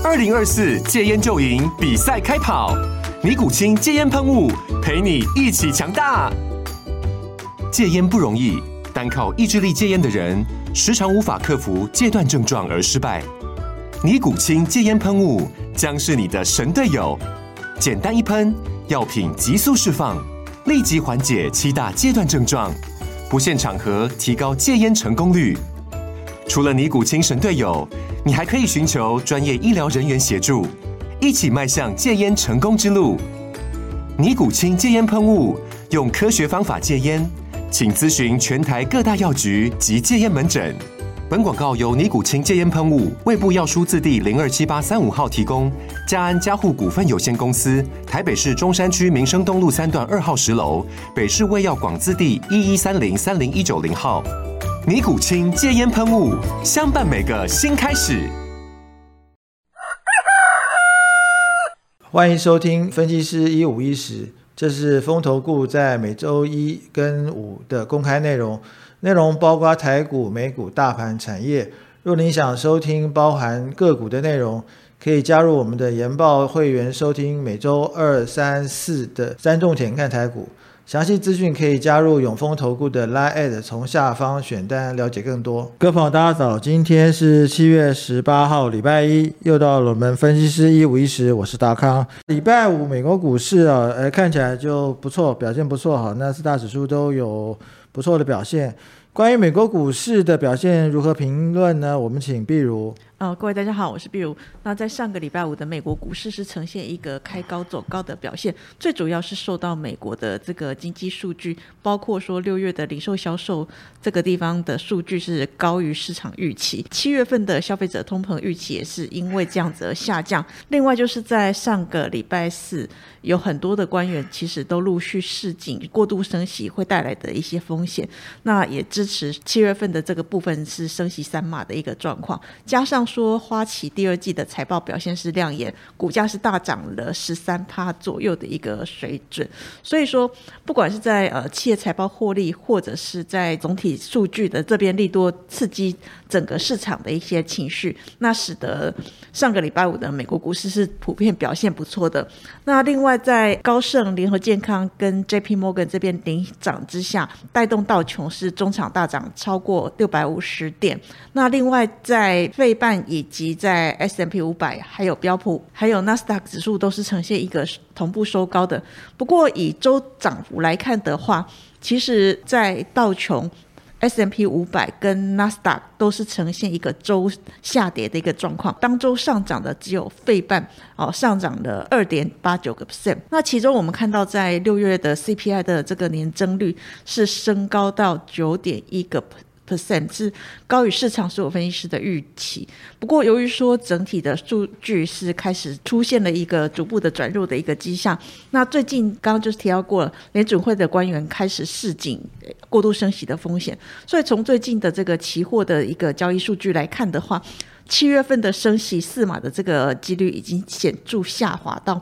2024戒烟就赢比赛开跑，尼古清戒烟喷雾陪你一起强大。戒烟不容易，单靠意志力戒烟的人，时常无法克服戒断症状而失败。尼古清戒烟喷雾将是你的神队友，简单一喷，药品急速释放，立即缓解7大戒断症状，不限场合提高戒烟成功率。除了尼古清神队友，你还可以寻求专业医疗人员协助，一起迈向戒烟成功之路。尼古清戒烟喷雾，用科学方法戒烟，请咨询全台各大药局及戒烟门诊。本广告由尼古清戒烟喷雾、卫部药书字第027835号提供，嘉安嘉护股份有限公司，台北市中山区民生东路3段2号10楼，北市卫药广字第1130-30190号。尼古清戒烟喷雾，相伴每个新开始。 欢迎收听分析师1510，这是风投顾在每周1跟5的公开内容，内容包括台股、美股、大盘、产业。若您想收听包含个股的内容，可以加入我们的研报会员，收听每周2、3、4的3重点看台股。详细资讯可以加入永丰投顾的 LINE@ 从下方选单了解更多。各位朋友大家早，今天是7月18号礼拜一，又到了我们分析师1510，我是大康。礼拜五美国股市看起来就不错，表现不错，那四大指数都有不错的表现。关于美国股市的表现如何评论呢？我们请碧如。 各位大家好，我是碧如。那在上个礼拜五的美国股市是呈现一个开高走高的表现，最主要是受到美国的这个经济数据，包括说6月的零售销售这个地方的数据是高于市场预期，7月份的消费者通膨预期也是因为这样子而下降。另外就是在上个礼拜四，有很多的官员其实都陆续示警过度升息会带来的一些风险，那也支持7月份的这个部分是升息3码的一个状况，加上说花旗第2季的财报表现是亮眼，股价是大涨了13%左右的一个水准。所以说不管是在企业财报获利，或者是在总体数据的这边利多刺激整个市场的一些情绪，那使得上个礼拜五的美国股市是普遍表现不错的。那另外在高盛、联合健康跟 JP Morgan 这边领涨之下，带动道琼斯中场大涨超过650点。那另外在费半以及在 S&P 500还有标普还有纳斯达克指数都是呈现一个同步收高的。不过以周涨幅来看的话，其实在道琼、S&P 500跟 NASDAQ 都是呈现一个周下跌的一个状况，当周上涨的只有费半上涨了 2.89%。 那其中我们看到在6月的 CPI 的这个年增率是升高到 9.1%，是高于市场所有分析师的预期。不过由于说整体的数据是开始出现了一个逐步的转弱的一个迹象，那最近刚刚就是提到过了，联准会的官员开始示警过度升息的风险，所以从最近的这个期货的一个交易数据来看的话，7月份的升息4码的这个几率已经显著下滑到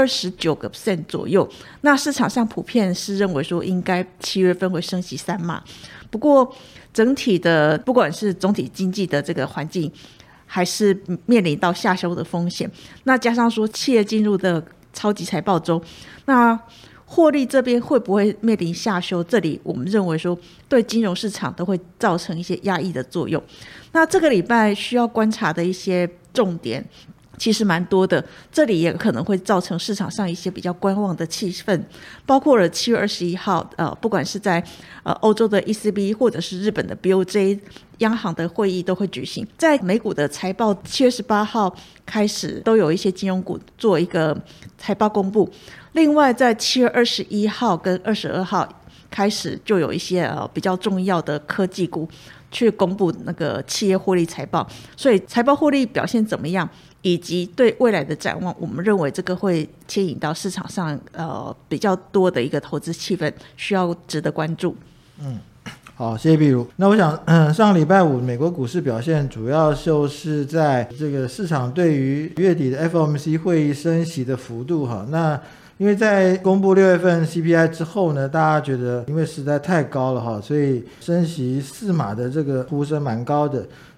29% 左右。那市场上普遍是认为说应该7月份会升息3码。不过整体的不管是总体经济的这个环境，还是面临到下修的风险。那加上说企业进入的超级财报周，那获利这边会不会面临下修？这里我们认为说对金融市场都会造成一些压抑的作用。那这个礼拜需要观察的一些重点其实蛮多的，这里也可能会造成市场上一些比较观望的气氛，包括了7月21号不管是在欧洲的 ECB 或者是日本的 BOJ 央行的会议都会举行。在美股的财报7月18号开始都有一些金融股做一个财报公布，另外在7月21号跟22号开始就有一些比较重要的科技股去公布那个企业获利财报，所以财报获利表现怎么样以及对未来的展望，我们认为这个会牵引到市场上比较多的一个投资气氛，需要值得关注。 好，谢谢碧如。那我想上个礼拜五美国股市表现主要就是在这个市场对于月底的 FOMC 会议升息的幅度那因为在公布6月份 CPI 之后呢，大家觉得因为实在太高了所以升息4码的这个呼声蛮高的，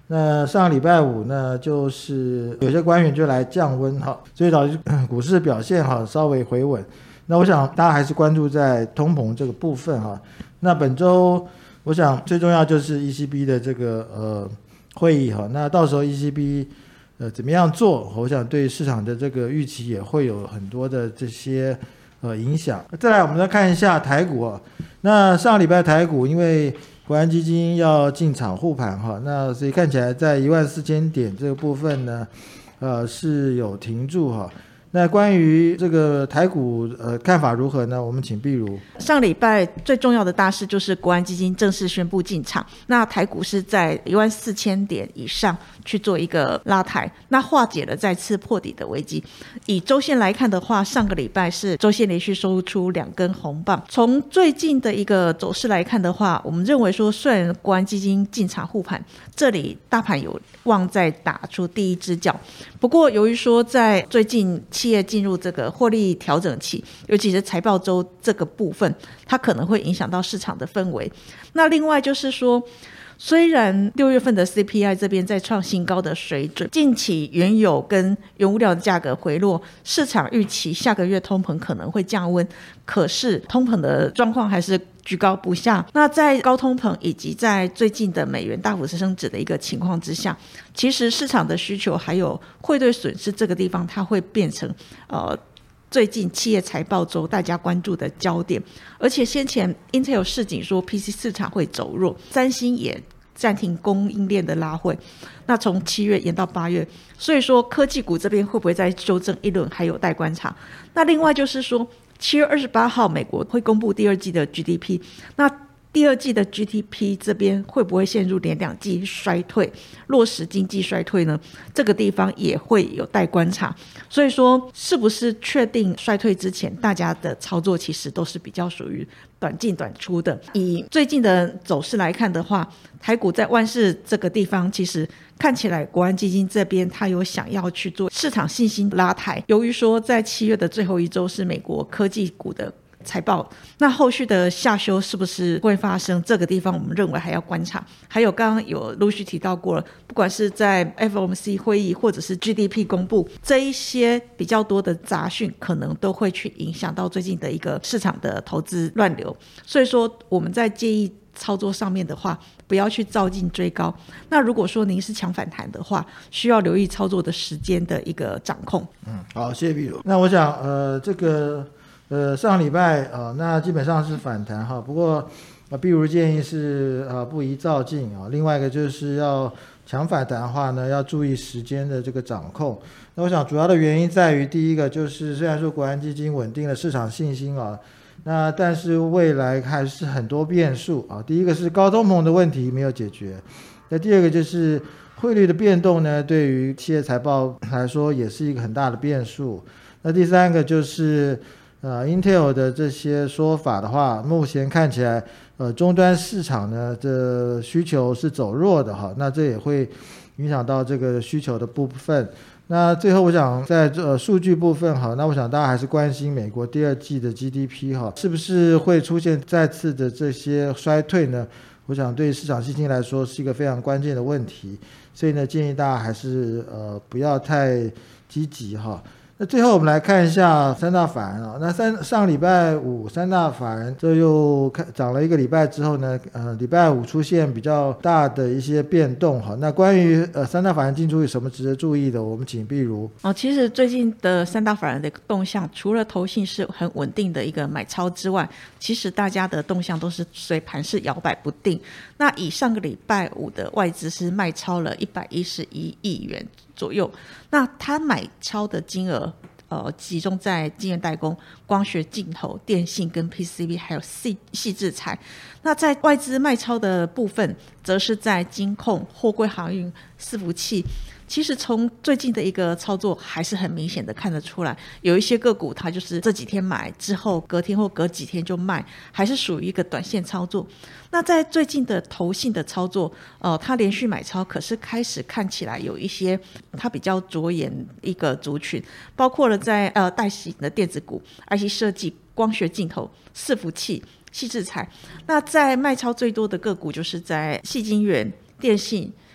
那上礼拜五呢，就是有些官员就来降温哈，所以导致股市表现哈稍微回稳。那我想大家还是关注在通膨这个部分哈。那本周我想最重要就是 ECB 的这个会议哈。那到时候 ECB怎么样做，我想对市场的这个预期也会有很多的这些影响。再来我们再看一下台股啊。那上礼拜台股因为国安基金要进场护盘哈，那所以看起来在14000点这个部分呢，是有停住哈。那关于这个台股看法如何呢？我们请碧如。 上礼拜最重要的大事就是国安基金正式宣布进场，那台股是在14000点以上去做一个拉抬，那化解了再次破底的危机。以周线来看的话，上个礼拜是周线连续收出2根红棒。从最近的一个走势来看的话，我们认为说，虽然国安基金进场护盘，这里大盘有望再打出第一只脚，不过由于说在最近企业进入这个获利调整期，尤其是财报周这个部分，它可能会影响到市场的氛围。那另外就是说，虽然6月份的 CPI 这边在创新高的水准，近期原油跟原物料的价格回落，市场预期下个月通膨可能会降温，可是通膨的状况还是居高不下。那在高通膨以及在最近的美元大幅升值的一个情况之下，其实市场的需求还有汇兑损失这个地方，它会变成最近企业财报周大家关注的焦点。而且先前 Intel 示警说 PC 市场会走弱，三星也暂停供应链的拉汇，那从7月延到8月，所以说科技股这边会不会再修正一轮还有待观察。那另外就是说7月28号美国会公布第二季的 GDP， 那第二季的 GDP 这边会不会陷入连2季衰退，落实经济衰退呢？这个地方也会有待观察。所以说是不是确定衰退之前，大家的操作其实都是比较属于短进短出的。以最近的走势来看的话，台股在万事这个地方其实看起来国安基金这边它有想要去做市场信心拉抬，由于说在7月的最后一周是美国科技股的财报，那后续的下修是不是会发生，这个地方我们认为还要观察。还有刚刚有陆续提到过了，不管是在 FOMC 会议或者是 GDP 公布，这一些比较多的杂讯可能都会去影响到最近的一个市场的投资乱流。所以说我们在建议操作上面的话，不要去照进追高。那如果说您是强反弹的话，需要留意操作的时间的一个掌控。 好，谢谢碧如。那我想这个上礼拜那基本上是反弹哈，不过碧如建议是不宜照进啊。另外一个就是要强反弹的话呢，要注意时间的这个掌控。那我想主要的原因在于，第一个就是虽然说国安基金稳定了市场信心啊，那但是未来还是很多变数啊。第一个是高通膨的问题没有解决，那第二个就是汇率的变动呢，对于企业财报来说也是一个很大的变数。那第三个就是Intel 的这些说法的话，目前看起来终端市场呢的需求是走弱的哈，那这也会影响到这个需求的部分。那最后我想在数据部分哈，那我想大家还是关心美国第二季的 GDP 哈，是不是会出现再次的这些衰退呢？我想对市场信心来说是一个非常关键的问题，所以呢建议大家还是不要太积极哈。那最后我们来看一下三大法人啊，那上礼拜五三大法人这又涨了一个礼拜之后呢，礼拜五出现比较大的一些变动哈。那关于三大法人进出有什么值得注意的，我们请碧如。 其实最近的三大法人的动向，除了投信是很稳定的一个买超之外，其实大家的动向都是随盘势摇摆不定。那以上个礼拜五的外资是卖超了111亿元左右，那他买超的金额集中在晶圆代工、光学镜头、电信跟 PCB 还有矽智财。那在外资卖超的部分，则是在金控、货柜航运、伺服器。其实从最近的一个操作还是很明显的看得出来，有一些个股它就是这几天买之后隔天或隔几天就卖，还是属于一个短线操作。那在最近的投信的操作它连续买超，可是开始看起来有一些它比较着眼一个族群，包括了在带型的电子股、IC 设计、光学镜头、伺服器、矽智财。那在卖超最多的个股就是在矽晶圆、电信、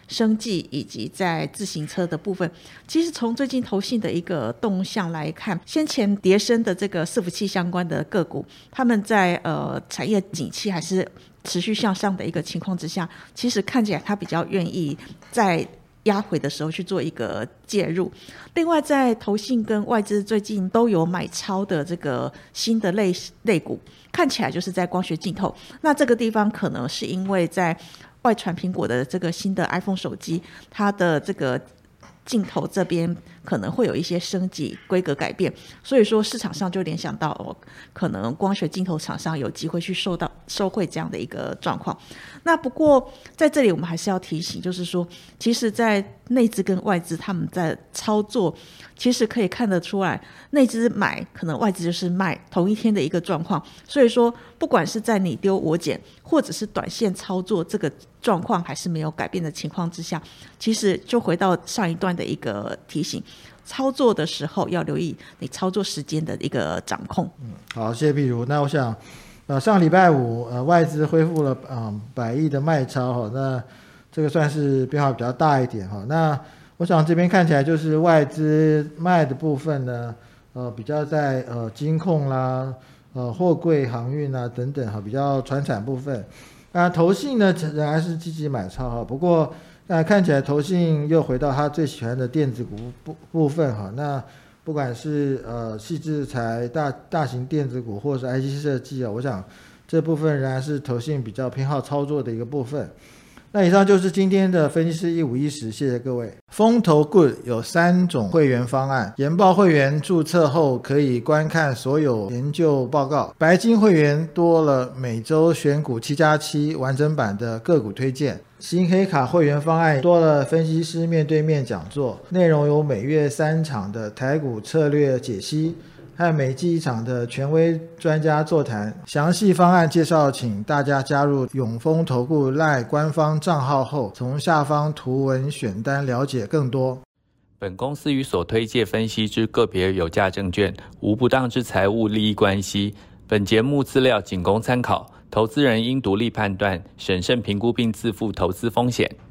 生技以及在自行车的部分。其实从最近投信的一个动向来看，先前跌升的这个伺服器相关的个股，他们在产业景气还是持续向上的一个情况之下，其实看起来他比较愿意在压回的时候去做一个介入。另外在投信跟外资最近都有买超的这个新的类股，看起来就是在光学镜头，那这个地方可能是因为在外传苹果的这个新的 iPhone 手机，它的这个镜头这边可能会有一些升级规格改变，所以说市场上就联想到可能光学镜头厂商有机会去受惠这样的一个状况。那不过在这里我们还是要提醒，就是说其实在内资跟外资他们在操作，其实可以看得出来，内资买可能外资就是卖同一天的一个状况，所以说不管是在你丢我捡或者是短线操作这个状况还是没有改变的情况之下，其实就回到上一段的一个提醒，操作的时候要留意你操作时间的一个掌控。 好，谢谢碧如。那我想上礼拜五外资恢复了100亿的卖超，那这个算是变化比较大一点。那我想这边看起来就是外资卖的部分呢，比较在金控啦、货柜航运啊等等比较传产部分。那投信呢仍然是积极买超，不过看起来投信又回到他最喜欢的电子股部分。那不管是矽智财大型电子股或是 IC 设计我想这部分仍然是投信比较偏好操作的一个部分。那以上就是今天的分析师1510，谢谢各位。风投 Good 有3种会员方案，研报会员注册后可以观看所有研究报告，白金会员多了每周选股7+7完整版的个股推荐，新黑卡会员方案多了分析师面对面讲座，内容有每月3场的台股策略解析和每季1场的权威专家座谈。详细方案介绍请大家加入永丰投顾 LINE 官方账号后，从下方图文选单了解更多。 本公司与所推介分析之个别有价证券无不当之财务利益关系。本节目资料仅供参考，投资人应独立判断、审慎评估并自负投资风险。